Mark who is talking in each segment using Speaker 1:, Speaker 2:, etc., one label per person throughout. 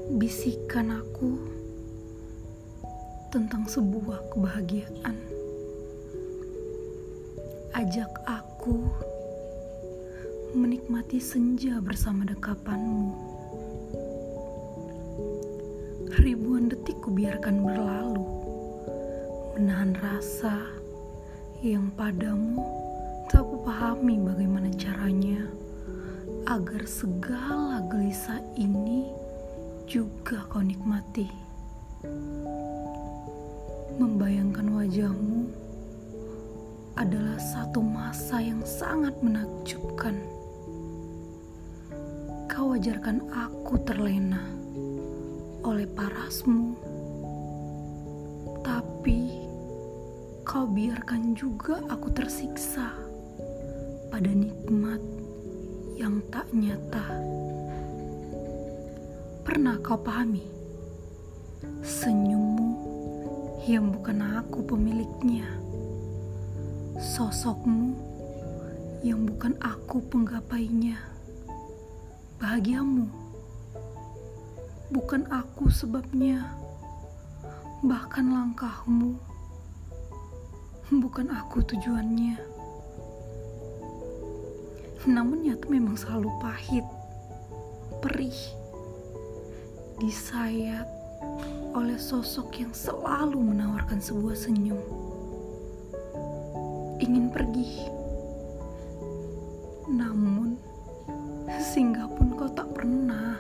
Speaker 1: Bisikan aku tentang sebuah kebahagiaan. Ajak aku menikmati senja bersama dekapanmu. Ribuan detik kubiarkan berlalu, menahan rasa yang padamu tak kupahami bagaimana caranya agar segala gelisah ini juga kau nikmati. Membayangkan wajahmu adalah satu masa yang sangat menakjubkan. Kau wajarkan aku terlena oleh parasmu, tapi kau biarkan juga aku tersiksa pada nikmat yang tak nyata. Pernah kau pahami senyummu yang bukan aku pemiliknya, sosokmu yang bukan aku penggapainya, bahagiamu bukan aku sebabnya, bahkan langkahmu bukan aku tujuannya. Namun nyata memang selalu pahit, perih, disayat oleh sosok yang selalu menawarkan sebuah senyum. Ingin pergi, namun singgah pun kau tak pernah.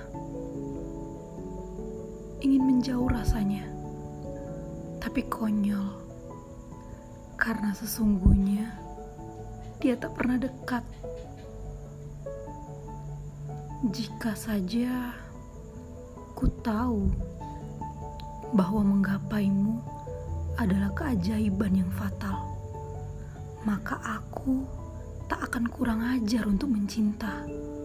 Speaker 1: Ingin menjauh rasanya, tapi konyol, karena sesungguhnya dia tak pernah dekat. Jika saja ku tahu bahwa menggapaimu adalah keajaiban yang fatal, maka aku tak akan kurang ajar untuk mencinta.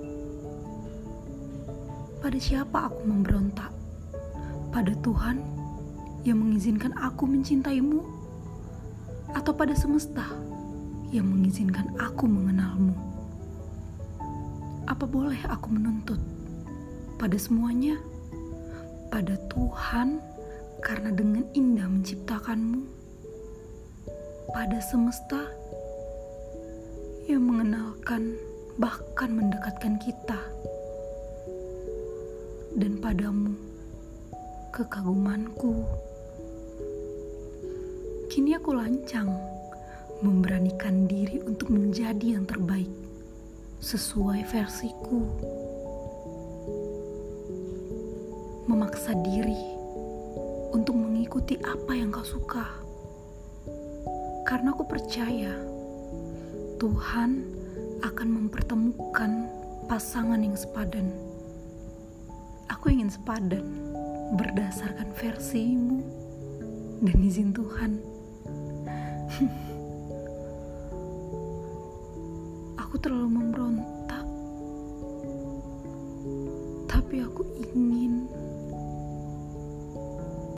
Speaker 1: Pada siapa aku memberontak? Pada Tuhan yang mengizinkan aku mencintaimu? Atau pada semesta yang mengizinkan aku mengenalmu? Apa boleh aku menuntut pada semuanya? Pada Tuhan karena dengan indah menciptakanmu? Pada semesta yang mengenalkan bahkan mendekatkan kita? Dan padamu kekagumanku. Kini aku lancang memberanikan diri untuk menjadi yang terbaik sesuai versiku. Memaksa diri untuk mengikuti apa yang kau suka. Karena aku percaya Tuhan akan mempertemukan pasangan yang sepadan. Aku ingin sepadan berdasarkan versimu dan izin Tuhan. Aku terlalu memberontak, tapi aku ingin